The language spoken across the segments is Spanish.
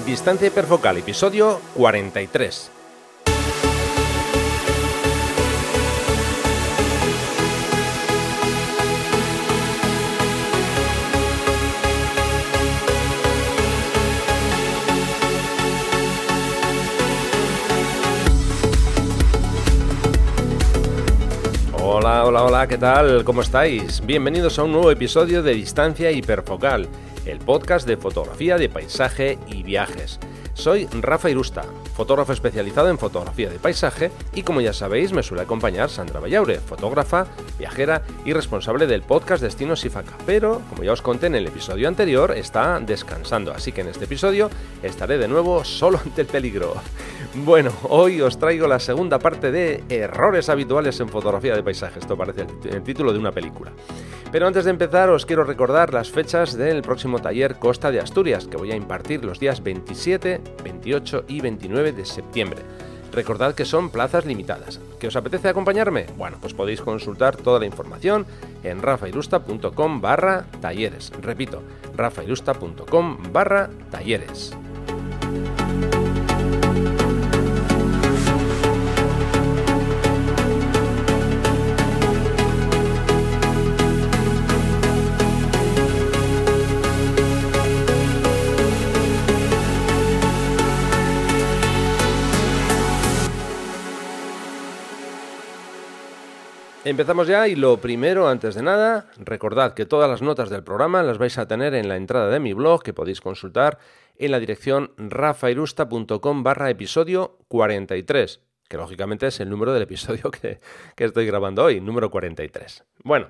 Distancia hiperfocal, episodio 43. Hola, ¿qué tal? ¿Cómo estáis? Bienvenidos a un nuevo episodio de Distancia hiperfocal, el podcast de fotografía de paisaje y viajes. Soy Rafa Irusta, fotógrafo especializado en fotografía de paisaje y, como ya sabéis, me suele acompañar Sandra Bayaure, fotógrafa, viajera y responsable del podcast Destinos Ifaka. Pero, como ya os conté en el episodio anterior, está descansando, así que en este episodio estaré de nuevo solo ante el peligro. Bueno, hoy os traigo la segunda parte de errores habituales en fotografía de paisaje. Esto parece el título de una película. Pero antes de empezar os quiero recordar las fechas del próximo taller Costa de Asturias, que voy a impartir los días 27, 28 y 29 de septiembre. Recordad que son plazas limitadas. ¿Que os apetece acompañarme? Bueno, pues podéis consultar toda la información en rafairusta.com/talleres. Repito, rafairusta.com/talleres. Empezamos ya y lo primero, antes de nada, recordad que todas las notas del programa las vais a tener en la entrada de mi blog, que podéis consultar en la dirección rafairusta.com/episodio 43, que lógicamente es el número del episodio que estoy grabando hoy, número 43. Bueno,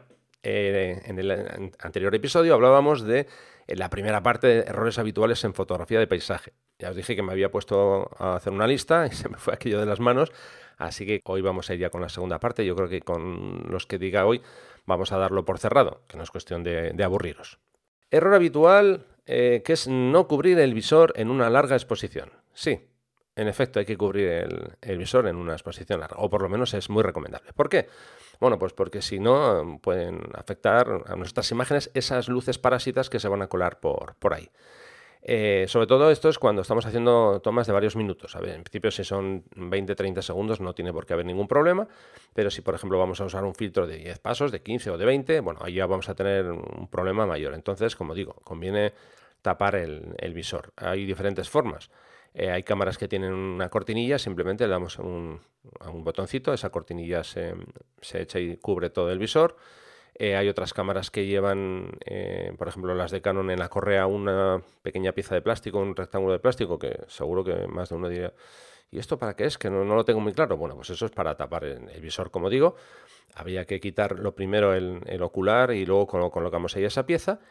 en el anterior episodio hablábamos de la primera parte de errores habituales en fotografía de paisaje. Ya os dije que me había puesto a hacer una lista y se me fue aquello de las manos. Así que hoy vamos a ir ya con la segunda parte. Yo creo que con los que diga hoy vamos a darlo por cerrado, que no es cuestión de aburriros. Error habitual, que es no cubrir el visor en una larga exposición. Sí, en efecto hay que cubrir el visor en una exposición larga, o por lo menos es muy recomendable. ¿Por qué? Bueno, pues porque si no pueden afectar a nuestras imágenes esas luces parásitas que se van a colar por ahí. Sobre todo esto es cuando estamos haciendo tomas de varios minutos. A ver, en principio si son 20-30 segundos no tiene por qué haber ningún problema, pero si por ejemplo vamos a usar un filtro de 10 pasos, de 15 o de 20, bueno, ahí ya vamos a tener un problema mayor. Entonces, como digo, conviene tapar el visor. Hay diferentes formas. Hay cámaras que tienen una cortinilla, simplemente le damos a un botoncito, esa cortinilla se echa y cubre todo el visor. Hay otras cámaras que llevan, por ejemplo, las de Canon en la correa, una pequeña pieza de plástico, un rectángulo de plástico, que seguro que más de uno diría, ¿y esto para qué es? Que no lo tengo muy claro. Bueno, pues eso es para tapar el visor, como digo. Habría que quitar lo primero el ocular y luego colocamos ahí esa pieza.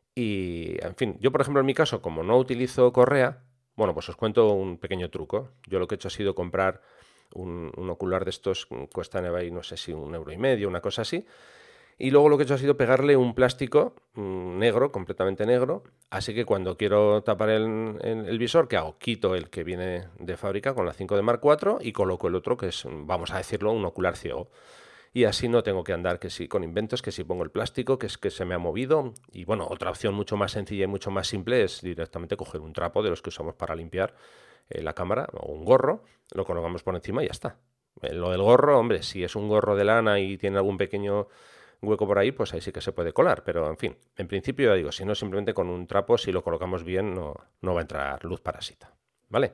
Y, en fin, yo, por ejemplo, en mi caso, como no utilizo correa, bueno, pues os cuento un pequeño truco. Yo lo que he hecho ha sido comprar un ocular de estos, cuesta en eBay, no sé si €1,50, una cosa así. Y luego lo que he hecho ha sido pegarle un plástico negro, completamente negro. Así que cuando quiero tapar el visor, ¿qué hago? Quito el que viene de fábrica con la 5D Mark IV y coloco el otro, que es, vamos a decirlo, un ocular ciego. Y así no tengo que andar que si con inventos, que si pongo el plástico, que es que se me ha movido. Y bueno, otra opción mucho más sencilla y mucho más simple es directamente coger un trapo de los que usamos para limpiar la cámara o un gorro, lo colocamos por encima y ya está. Lo del gorro, hombre, si es un gorro de lana y tiene algún pequeño hueco por ahí, pues ahí sí que se puede colar, pero en fin, en principio ya digo, si no, simplemente con un trapo, si lo colocamos bien, no va a entrar luz parásita, ¿vale?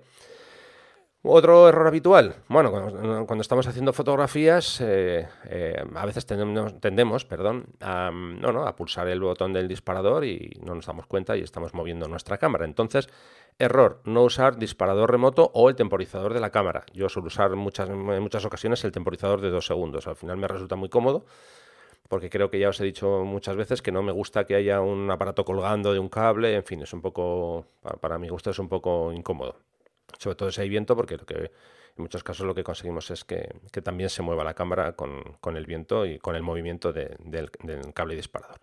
Otro error habitual, bueno, cuando estamos haciendo fotografías, a veces tendemos a pulsar el botón del disparador y no nos damos cuenta y estamos moviendo nuestra cámara. Entonces, error, no usar disparador remoto o el temporizador de la cámara. Yo suelo usar en muchas ocasiones el temporizador de 2 segundos, al final me resulta muy cómodo, porque creo que ya os he dicho muchas veces que no me gusta que haya un aparato colgando de un cable, en fin, es un poco, para mi gusto es un poco incómodo. Sobre todo si hay viento, porque en muchos casos lo que conseguimos es que también se mueva la cámara con el viento y con el movimiento del cable disparador.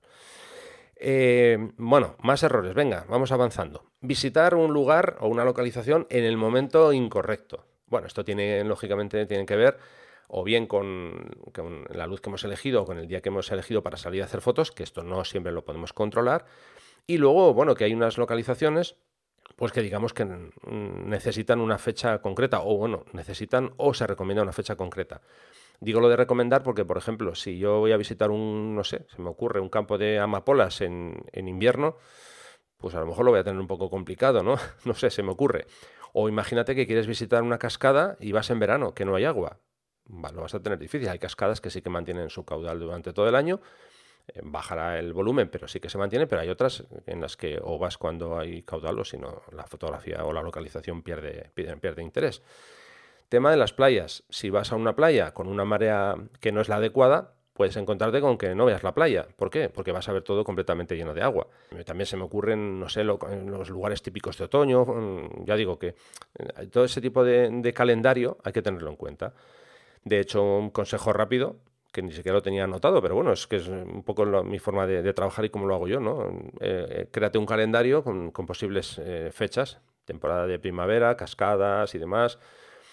Bueno, más errores, venga, vamos avanzando. Visitar un lugar o una localización en el momento incorrecto. Bueno, esto lógicamente tiene que ver o bien con la luz que hemos elegido o con el día que hemos elegido para salir a hacer fotos, que esto no siempre lo podemos controlar. Y luego, bueno, que hay unas localizaciones pues que digamos que necesitan una fecha concreta, o bueno, necesitan o se recomienda una fecha concreta. Digo lo de recomendar porque, por ejemplo, si yo voy a visitar no sé, se me ocurre un campo de amapolas en invierno, pues a lo mejor lo voy a tener un poco complicado, ¿no? No sé, se me ocurre. O imagínate que quieres visitar una cascada y vas en verano, que no hay agua. Lo vas a tener difícil. Hay cascadas que sí que mantienen su caudal durante todo el año, bajará el volumen, pero sí que se mantiene, pero hay otras en las que o vas cuando hay caudal o si no, la fotografía o la localización pierde interés. Tema de las playas. Si vas a una playa con una marea que no es la adecuada, puedes encontrarte con que no veas la playa. ¿Por qué? Porque vas a ver todo completamente lleno de agua. También se me ocurren, no sé, en los lugares típicos de otoño. Ya digo que todo ese tipo de calendario hay que tenerlo en cuenta. De hecho, un consejo rápido, que ni siquiera lo tenía anotado, pero bueno, es que es un poco mi forma de trabajar y cómo lo hago yo, ¿no? Créate un calendario con posibles fechas, temporada de primavera, cascadas y demás,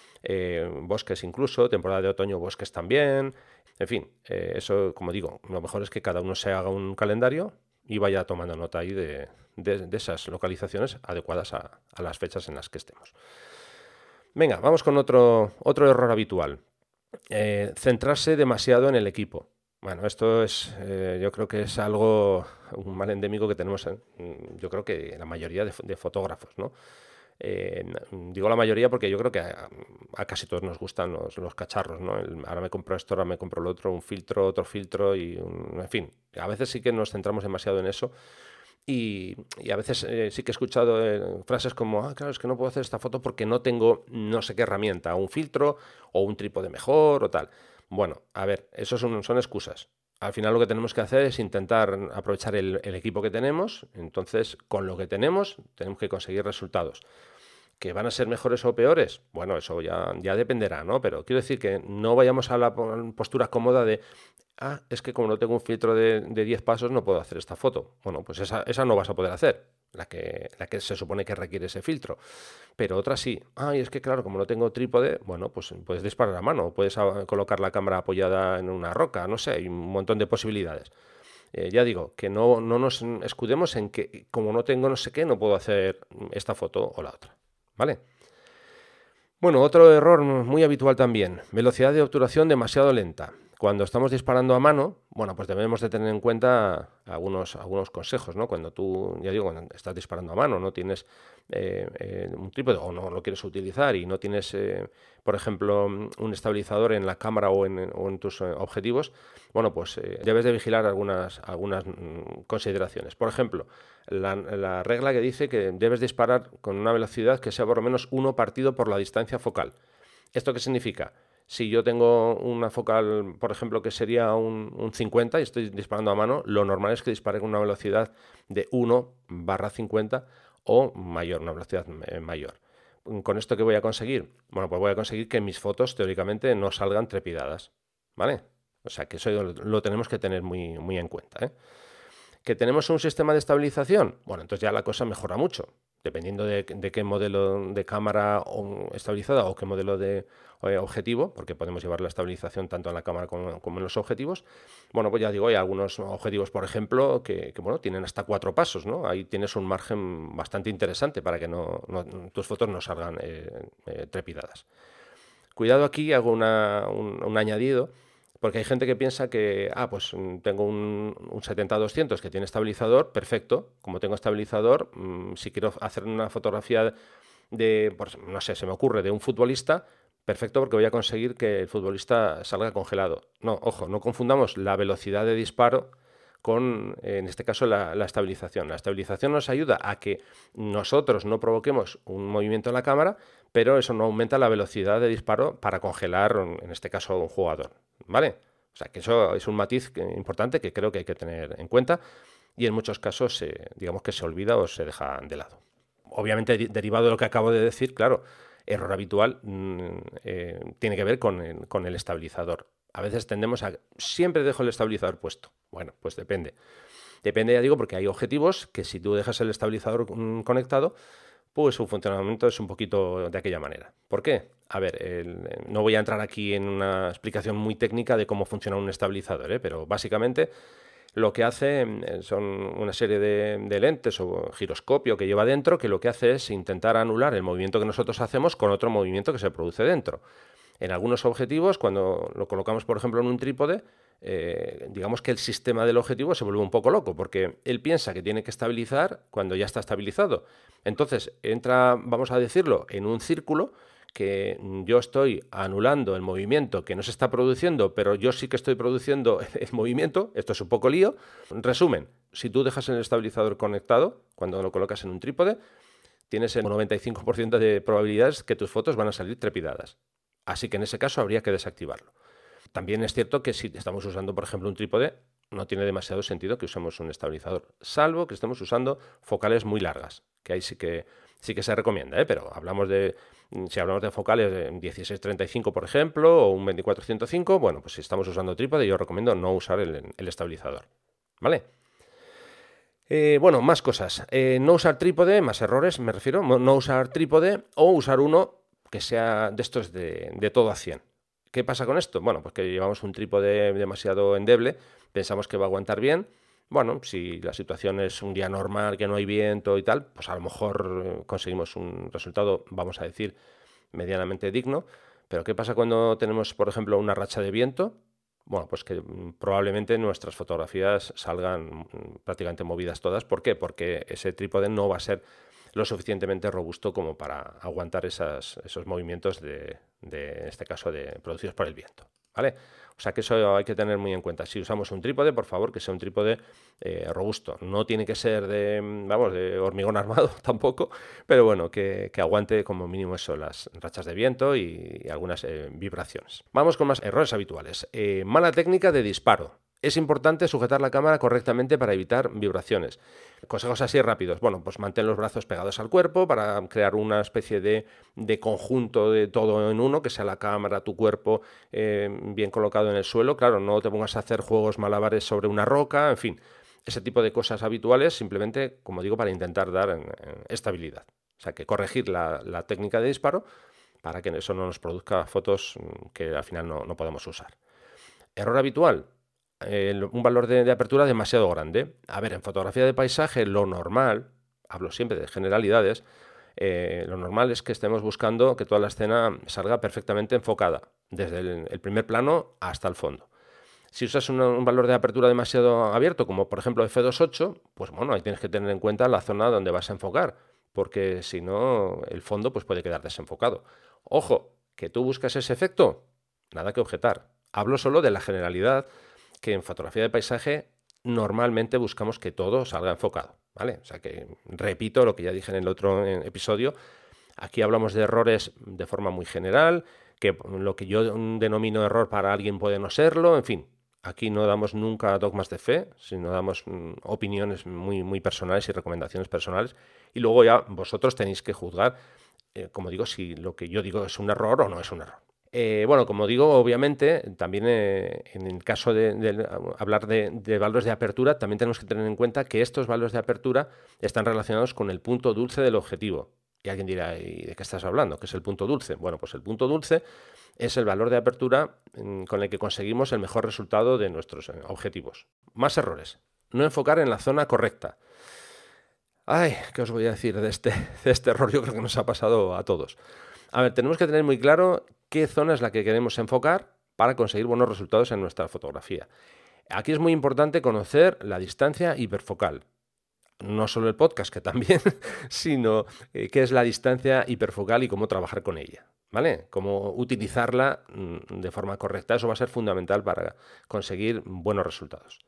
bosques incluso, temporada de otoño, bosques también. En fin, eso, como digo, lo mejor es que cada uno se haga un calendario y vaya tomando nota ahí de esas localizaciones adecuadas a las fechas en las que estemos. Venga, vamos con otro error habitual. Centrarse demasiado en el equipo. Bueno, esto es, yo creo que es un mal endémico que tenemos, yo creo que la mayoría de fotógrafos, ¿no? Digo la mayoría porque yo creo que a casi todos nos gustan los cacharros, ¿no? Ahora me compro esto, ahora me compro lo otro, un filtro, otro filtro en fin, a veces sí que nos centramos demasiado en eso y a veces sí que he escuchado frases como, claro, es que no puedo hacer esta foto porque no tengo no sé qué herramienta, un filtro o un trípode mejor o tal. Bueno, a ver, eso son excusas. Al final lo que tenemos que hacer es intentar aprovechar el equipo que tenemos. Entonces, con lo que tenemos que conseguir resultados. ¿Que van a ser mejores o peores? Bueno, eso ya dependerá, ¿no? Pero quiero decir que no vayamos a la postura cómoda de es que como no tengo un filtro de 10 pasos no puedo hacer esta foto. Bueno, pues esa no vas a poder hacer, la que se supone que requiere ese filtro. Pero otra sí. Y es que claro, como no tengo trípode, bueno, pues puedes disparar a mano, puedes colocar la cámara apoyada en una roca, no sé, hay un montón de posibilidades. Ya digo, que no nos escudemos en que como no tengo no sé qué, no puedo hacer esta foto o la otra. ¿Vale? Bueno, otro error muy habitual también, velocidad de obturación demasiado lenta. Cuando estamos disparando a mano, bueno, pues debemos de tener en cuenta algunos consejos, ¿no? Cuando tú, ya digo, cuando estás disparando a mano, no tienes un trípode o no lo quieres utilizar y no tienes, por ejemplo, un estabilizador en la cámara o en tus objetivos, bueno, pues debes de vigilar algunas consideraciones. Por ejemplo, la regla que dice que debes disparar con una velocidad que sea por lo menos 1 partido por la distancia focal. ¿Esto qué significa? Si yo tengo una focal, por ejemplo, que sería un 50 y estoy disparando a mano, lo normal es que dispare con una velocidad de 1/50 o mayor, una velocidad mayor. ¿Con esto qué voy a conseguir? Bueno, pues voy a conseguir que mis fotos teóricamente no salgan trepidadas, ¿vale? O sea que eso lo tenemos que tener muy, muy en cuenta, ¿eh? ¿Que tenemos un sistema de estabilización? Bueno, entonces ya la cosa mejora mucho. Dependiendo de qué modelo de cámara estabilizada o qué modelo de objetivo, porque podemos llevar la estabilización tanto en la cámara como en los objetivos. Bueno, pues ya digo, hay algunos objetivos, por ejemplo, que bueno, tienen hasta 4 pasos, ¿no? Ahí tienes un margen bastante interesante para que tus fotos no salgan trepidadas. Cuidado aquí, hago un añadido, porque hay gente que piensa que, pues tengo un 70-200 que tiene estabilizador, perfecto. Como tengo estabilizador, si quiero hacer una fotografía pues, no sé, se me ocurre, de un futbolista, perfecto, porque voy a conseguir que el futbolista salga congelado. No, ojo, no confundamos la velocidad de disparo con, en este caso, la estabilización. La estabilización nos ayuda a que nosotros no provoquemos un movimiento en la cámara, pero eso no aumenta la velocidad de disparo para congelar, en este caso, un jugador, ¿vale? O sea, que eso es un matiz importante que creo que hay que tener en cuenta y en muchos casos, digamos que se olvida o se deja de lado. Obviamente, derivado de lo que acabo de decir, claro, error habitual tiene que ver con el estabilizador. A veces tendemos a... Siempre dejo el estabilizador puesto. Bueno, pues depende. Depende, ya digo, porque hay objetivos que si tú dejas el estabilizador conectado, pues su funcionamiento es un poquito de aquella manera. ¿Por qué? A ver, no voy a entrar aquí en una explicación muy técnica de cómo funciona un estabilizador, pero básicamente lo que hace son una serie de lentes o giroscopio que lleva dentro, que lo que hace es intentar anular el movimiento que nosotros hacemos con otro movimiento que se produce dentro. En algunos objetivos, cuando lo colocamos, por ejemplo, en un trípode, digamos que el sistema del objetivo se vuelve un poco loco, porque él piensa que tiene que estabilizar cuando ya está estabilizado. Entonces entra, vamos a decirlo, en un círculo que yo estoy anulando el movimiento que no se está produciendo, pero yo sí que estoy produciendo el movimiento. Esto es un poco lío. Resumen, si tú dejas el estabilizador conectado, cuando lo colocas en un trípode, tienes el 95% de probabilidades que tus fotos van a salir trepidadas. Así que en ese caso habría que desactivarlo. También es cierto que si estamos usando, por ejemplo, un trípode, no tiene demasiado sentido que usemos un estabilizador, salvo que estemos usando focales muy largas, que ahí sí que se recomienda, pero si hablamos de focales de 16-35, por ejemplo, o un 24-105, bueno, pues si estamos usando trípode, yo recomiendo no usar el estabilizador, ¿vale? Bueno, más cosas. No usar trípode, más errores, me refiero. No usar trípode o usar uno que sea de estos de todo a 100. ¿Qué pasa con esto? Bueno, pues que llevamos un trípode demasiado endeble, pensamos que va a aguantar bien. Bueno, si la situación es un día normal, que no hay viento y tal, pues a lo mejor conseguimos un resultado, vamos a decir, medianamente digno. Pero ¿qué pasa cuando tenemos, por ejemplo, una racha de viento? Bueno, pues que probablemente nuestras fotografías salgan prácticamente movidas todas. ¿Por qué? Porque ese trípode no va a ser lo suficientemente robusto como para aguantar esos movimientos en este caso, producidos por el viento, ¿vale? O sea que eso hay que tener muy en cuenta. Si usamos un trípode, por favor, que sea un trípode robusto. No tiene que ser de hormigón armado tampoco, pero bueno, que aguante como mínimo eso, las rachas de viento y algunas vibraciones. Vamos con más errores habituales. Mala técnica de disparo. Es importante sujetar la cámara correctamente para evitar vibraciones. Consejos así rápidos. Bueno, pues mantén los brazos pegados al cuerpo para crear una especie de conjunto de todo en uno, que sea la cámara, tu cuerpo bien colocado en el suelo. Claro, no te pongas a hacer juegos malabares sobre una roca, en fin. Ese tipo de cosas habituales, simplemente, como digo, para intentar dar estabilidad. O sea, que corregir la técnica de disparo para que eso no nos produzca fotos que al final no podemos usar. Error habitual. Un valor de apertura demasiado grande. A ver, en fotografía de paisaje lo normal, hablo siempre de generalidades, lo normal es que estemos buscando que toda la escena salga perfectamente enfocada, desde el primer plano hasta el fondo. Si usas un valor de apertura demasiado abierto, como por ejemplo f2.8, pues bueno, ahí tienes que tener en cuenta la zona donde vas a enfocar, porque si no, el fondo pues puede quedar desenfocado. Ojo, que tú buscas ese efecto, nada que objetar. Hablo solo de la generalidad, que en fotografía de paisaje normalmente buscamos que todo salga enfocado, ¿vale? O sea que repito lo que ya dije en el otro episodio. Aquí hablamos de errores de forma muy general, que lo que yo denomino error para alguien puede no serlo, en fin. Aquí no damos nunca dogmas de fe, sino damos opiniones muy, muy personales y recomendaciones personales. Y luego ya vosotros tenéis que juzgar, como digo, si lo que yo digo es un error o no es un error. Bueno, como digo, obviamente, también en el caso de hablar de valores de apertura, también tenemos que tener en cuenta que estos valores de apertura están relacionados con el punto dulce del objetivo. Y alguien dirá, ¿y de qué estás hablando? ¿Qué es el punto dulce? Bueno, pues el punto dulce es el valor de apertura con el que conseguimos el mejor resultado de nuestros objetivos. Más errores. No enfocar en la zona correcta. Ay, ¿qué os voy a decir de este error? Yo creo que nos ha pasado a todos. A ver, tenemos que tener muy claro qué zona es la que queremos enfocar para conseguir buenos resultados en nuestra fotografía. Aquí es muy importante conocer la distancia hiperfocal. No solo el podcast, que también, sino qué es la distancia hiperfocal y cómo trabajar con ella, ¿vale? Cómo utilizarla de forma correcta. Eso va a ser fundamental para conseguir buenos resultados.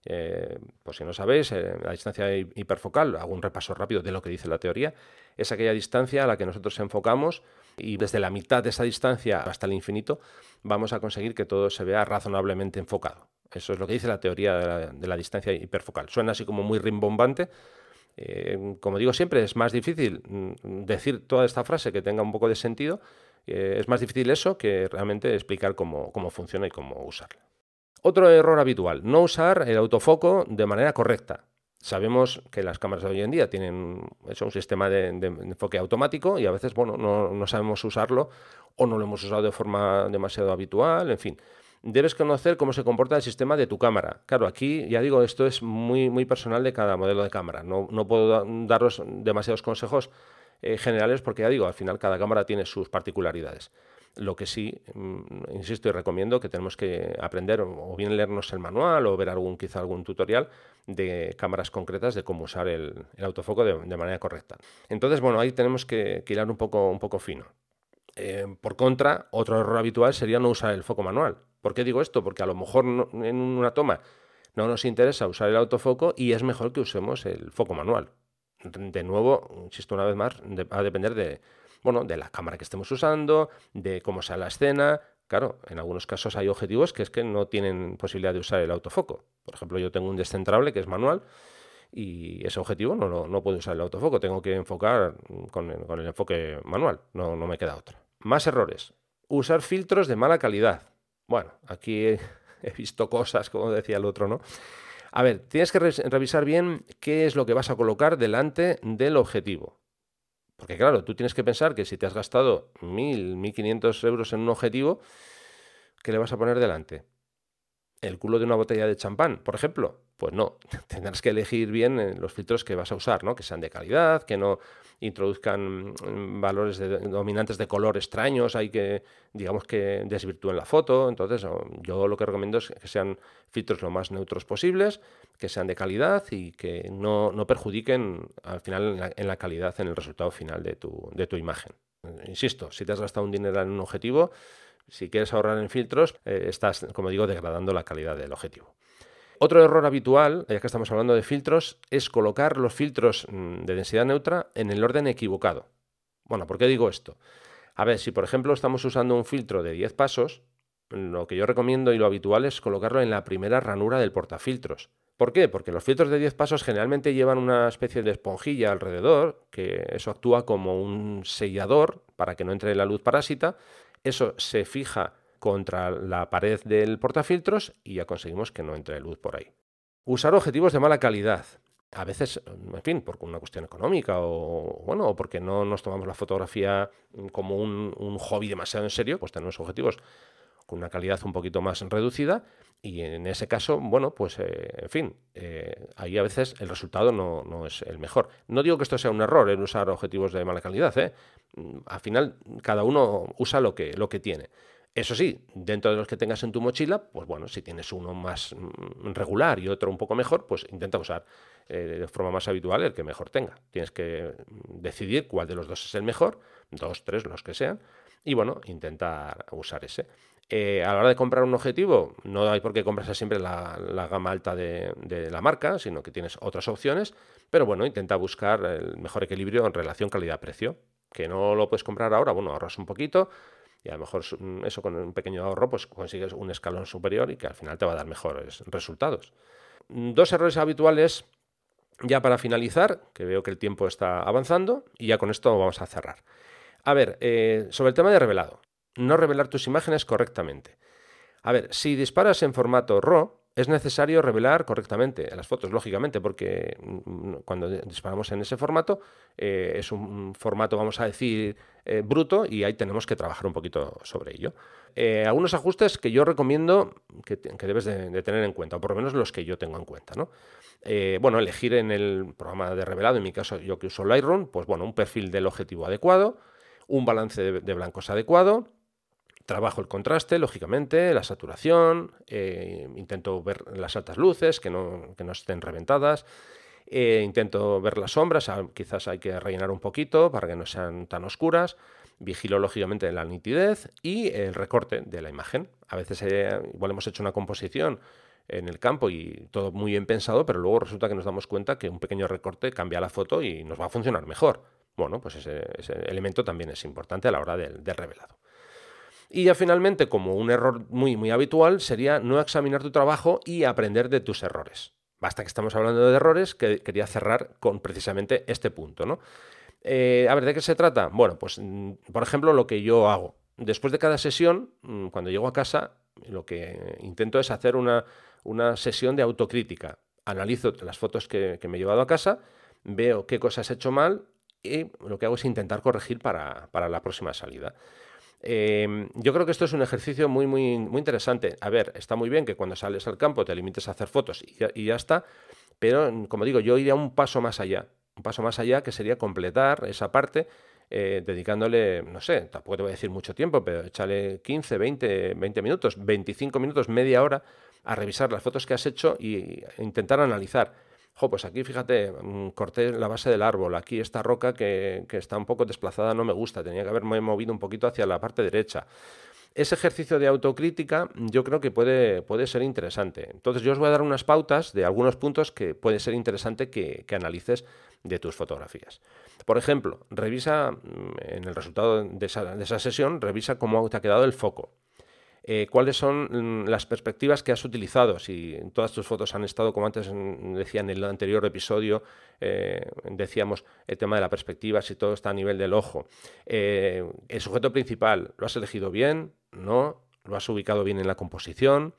Pues si no sabéis, la distancia hiperfocal, hago un repaso rápido de lo que dice la teoría, es aquella distancia a la que nosotros enfocamos y desde la mitad de esa distancia hasta el infinito vamos a conseguir que todo se vea razonablemente enfocado. Eso es lo que dice la teoría de la distancia hiperfocal. Suena así como muy rimbombante. Como digo siempre, es más difícil decir toda esta frase que tenga un poco de sentido. Es más difícil eso que realmente explicar cómo funciona y cómo usarla. Otro error habitual, no usar el autofoco de manera correcta. Sabemos que las cámaras de hoy en día tienen un sistema de enfoque automático y a veces no sabemos usarlo o no lo hemos usado de forma demasiado habitual, en fin. Debes conocer cómo se comporta el sistema de tu cámara. Claro, aquí ya digo, esto es muy, muy personal de cada modelo de cámara. No puedo daros demasiados consejos generales porque ya digo, al final cada cámara tiene sus particularidades. Lo que sí, insisto y recomiendo que tenemos que aprender o bien leernos el manual o ver quizá algún tutorial de cámaras concretas de cómo usar el autofoco de manera correcta. Entonces, bueno, ahí tenemos que hilar un poco fino. Por contra, otro error habitual sería no usar el foco manual. ¿Por qué digo esto? Porque a lo mejor en una toma no nos interesa usar el autofoco y es mejor que usemos el foco manual. De nuevo, insisto una vez más, va a depender de la cámara que estemos usando, de cómo sea la escena. Claro, en algunos casos hay objetivos que es que no tienen posibilidad de usar el autofoco. Por ejemplo, yo tengo un descentrable que es manual y ese objetivo no puedo usar el autofoco, tengo que enfocar con el enfoque manual, no me queda otra. Más errores. Usar filtros de mala calidad. Bueno, aquí he visto cosas, como decía el otro, ¿no? A ver, tienes que revisar bien qué es lo que vas a colocar delante del objetivo. Porque claro, tú tienes que pensar que si te has gastado 1.000, 1.500 euros en un objetivo, ¿qué le vas a poner delante? ¿El culo de una botella de champán, por ejemplo? Pues no, tendrás que elegir bien los filtros que vas a usar, ¿no? Que sean de calidad, que no introduzcan valores dominantes de color extraños, hay que, digamos, que desvirtúen la foto. Entonces, yo lo que recomiendo es que sean filtros lo más neutros posibles, que sean de calidad y que no perjudiquen al final en la calidad, en el resultado final de tu imagen. Insisto, si te has gastado un dinero en un objetivo, si quieres ahorrar en filtros, estás, como digo, degradando la calidad del objetivo. Otro error habitual, ya que estamos hablando de filtros, es colocar los filtros de densidad neutra en el orden equivocado. Bueno, ¿por qué digo esto? A ver, si por ejemplo estamos usando un filtro de 10 pasos, lo que yo recomiendo y lo habitual es colocarlo en la primera ranura del portafiltros. ¿Por qué? Porque los filtros de 10 pasos generalmente llevan una especie de esponjilla alrededor, que eso actúa como un sellador para que no entre la luz parásita. Eso se fija contra la pared del portafiltros y ya conseguimos que no entre luz por ahí. Usar objetivos de mala calidad. A veces, en fin, por una cuestión económica o porque no nos tomamos la fotografía como un hobby demasiado en serio, pues tenemos objetivos con una calidad un poquito más reducida y en ese caso, ahí a veces el resultado no es el mejor. No digo que esto sea un error en usar objetivos de mala calidad, Al final cada uno usa lo que tiene. Eso sí, dentro de los que tengas en tu mochila, pues bueno, si tienes uno más regular y otro un poco mejor, pues intenta usar de forma más habitual el que mejor tenga. Tienes que decidir cuál de los dos es el mejor, 2, 3, los que sean, y bueno, intentar usar ese. A la hora de comprar un objetivo, no hay por qué comprarse siempre la gama alta de la marca, sino que tienes otras opciones, pero bueno, intenta buscar el mejor equilibrio en relación calidad-precio. Que no lo puedes comprar ahora, bueno, ahorras un poquito, y a lo mejor eso con un pequeño ahorro pues consigues un escalón superior y que al final te va a dar mejores resultados. 2 errores habituales ya para finalizar, que veo que el tiempo está avanzando y ya con esto vamos a cerrar. A ver, sobre el tema de revelado. No revelar tus imágenes correctamente. A ver, si disparas en formato RAW, es necesario revelar correctamente las fotos, lógicamente, porque cuando disparamos en ese formato es un formato, vamos a decir, bruto y ahí tenemos que trabajar un poquito sobre ello. Algunos ajustes que yo recomiendo que debes de tener en cuenta, o por lo menos los que yo tengo en cuenta, ¿no? Elegir en el programa de revelado, en mi caso yo que uso Lightroom, pues bueno, un perfil del objetivo adecuado, un balance de blancos adecuado. Trabajo el contraste, lógicamente, la saturación, intento ver las altas luces, que no estén reventadas, intento ver las sombras, quizás hay que rellenar un poquito para que no sean tan oscuras, vigilo lógicamente la nitidez y el recorte de la imagen. A veces igual hemos hecho una composición en el campo y todo muy bien pensado, pero luego resulta que nos damos cuenta que un pequeño recorte cambia la foto y nos va a funcionar mejor. Bueno, pues ese elemento también es importante a la hora del revelado. Y ya finalmente, como un error muy, muy habitual, sería no examinar tu trabajo y aprender de tus errores. Basta que estamos hablando de errores, que quería cerrar con precisamente este punto, ¿no? A ver, ¿de qué se trata? Bueno, pues, por ejemplo, lo que yo hago. Después de cada sesión, cuando llego a casa, lo que intento es hacer una sesión de autocrítica. Analizo las fotos que me he llevado a casa, veo qué cosas he hecho mal y lo que hago es intentar corregir para la próxima salida. Yo creo que esto es un ejercicio muy, muy, muy interesante. A ver, está muy bien que cuando sales al campo te limites a hacer fotos y ya está, pero como digo, yo iría un paso más allá. Un paso más allá, que sería completar esa parte dedicándole, no sé, tampoco te voy a decir mucho tiempo, pero échale 15, 20 minutos, 25 minutos, media hora a revisar las fotos que has hecho e intentar analizar. Pues aquí fíjate, corté la base del árbol, aquí esta roca que está un poco desplazada no me gusta, tenía que haberme movido un poquito hacia la parte derecha. Ese ejercicio de autocrítica yo creo que puede ser interesante. Entonces yo os voy a dar unas pautas de algunos puntos que puede ser interesante que analices de tus fotografías. Por ejemplo, revisa en el resultado de esa sesión, revisa cómo te ha quedado el foco. ¿Cuáles son las perspectivas que has utilizado? Si todas tus fotos han estado, como antes decía en el anterior episodio, decíamos el tema de la perspectiva, si todo está a nivel del ojo. El sujeto principal, ¿lo has elegido bien? ¿No? ¿Lo has ubicado bien en la composición?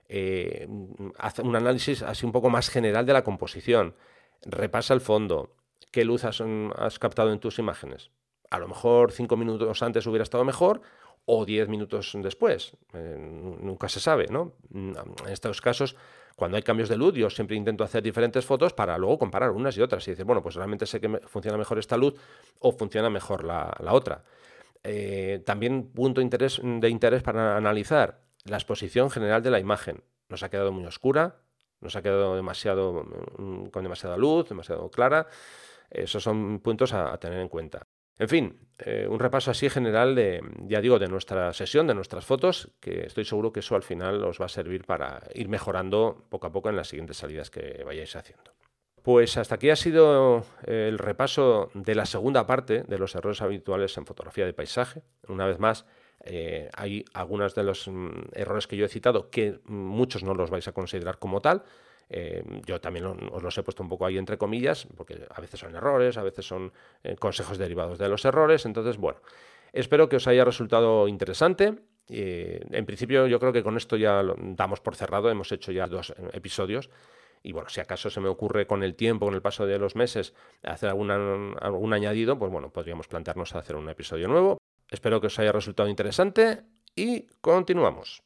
Haz un análisis así un poco más general de la composición. Repasa el fondo. ¿Qué luz has captado en tus imágenes? A lo mejor 5 minutos antes hubiera estado mejor, o 10 minutos después, nunca se sabe, ¿no? En estos casos, cuando hay cambios de luz, yo siempre intento hacer diferentes fotos para luego comparar unas y otras y decir, bueno, pues realmente sé que funciona mejor esta luz o funciona mejor la otra. También punto de interés para analizar la exposición general de la imagen. ¿Nos ha quedado muy oscura? ¿Nos ha quedado con demasiada luz, demasiado clara? Esos son puntos a tener en cuenta. En fin, un repaso así general de nuestra sesión, de nuestras fotos, que estoy seguro que eso al final os va a servir para ir mejorando poco a poco en las siguientes salidas que vayáis haciendo. Pues hasta aquí ha sido el repaso de la segunda parte de los errores habituales en fotografía de paisaje. Una vez más, hay algunos de los errores que yo he citado que muchos no los vais a considerar como tal. Yo también os los he puesto un poco ahí entre comillas, porque a veces son errores, a veces son consejos derivados de los errores. Entonces, bueno, espero que os haya resultado interesante. En principio yo creo que con esto ya lo damos por cerrado, hemos hecho ya 2 episodios. Y bueno, si acaso se me ocurre con el tiempo, con el paso de los meses, hacer algún añadido, pues bueno, podríamos plantearnos hacer un episodio nuevo. Espero que os haya resultado interesante y continuamos.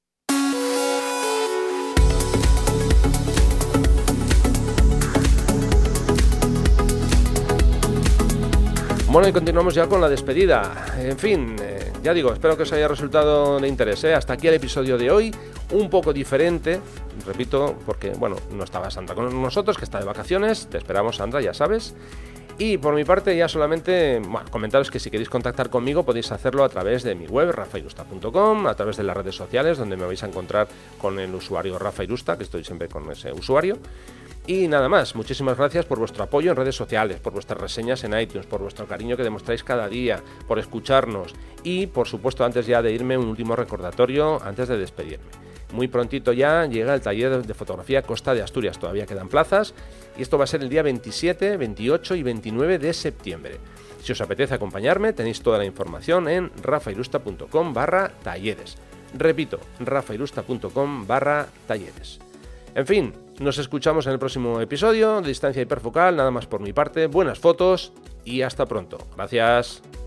Bueno, y continuamos ya con la despedida. En fin, ya digo, espero que os haya resultado de interés. Hasta aquí el episodio de hoy, un poco diferente, repito, porque, bueno, no estaba Sandra con nosotros, que está de vacaciones. Te esperamos, Sandra, ya sabes. Y por mi parte ya solamente, bueno, comentaros que si queréis contactar conmigo podéis hacerlo a través de mi web, rafairusta.com, a través de las redes sociales, donde me vais a encontrar con el usuario Rafa Irusta, que estoy siempre con ese usuario. Y nada más, muchísimas gracias por vuestro apoyo en redes sociales, por vuestras reseñas en iTunes, por vuestro cariño que demostráis cada día, por escucharnos y, por supuesto, antes ya de irme, un último recordatorio antes de despedirme. Muy prontito ya llega el taller de fotografía Costa de Asturias, todavía quedan plazas y esto va a ser el día 27, 28 y 29 de septiembre. Si os apetece acompañarme, tenéis toda la información en rafairusta.com/talleres. Repito, rafairusta.com/talleres. En fin, nos escuchamos en el próximo episodio de Distancia Hiperfocal, nada más por mi parte, buenas fotos y hasta pronto. Gracias.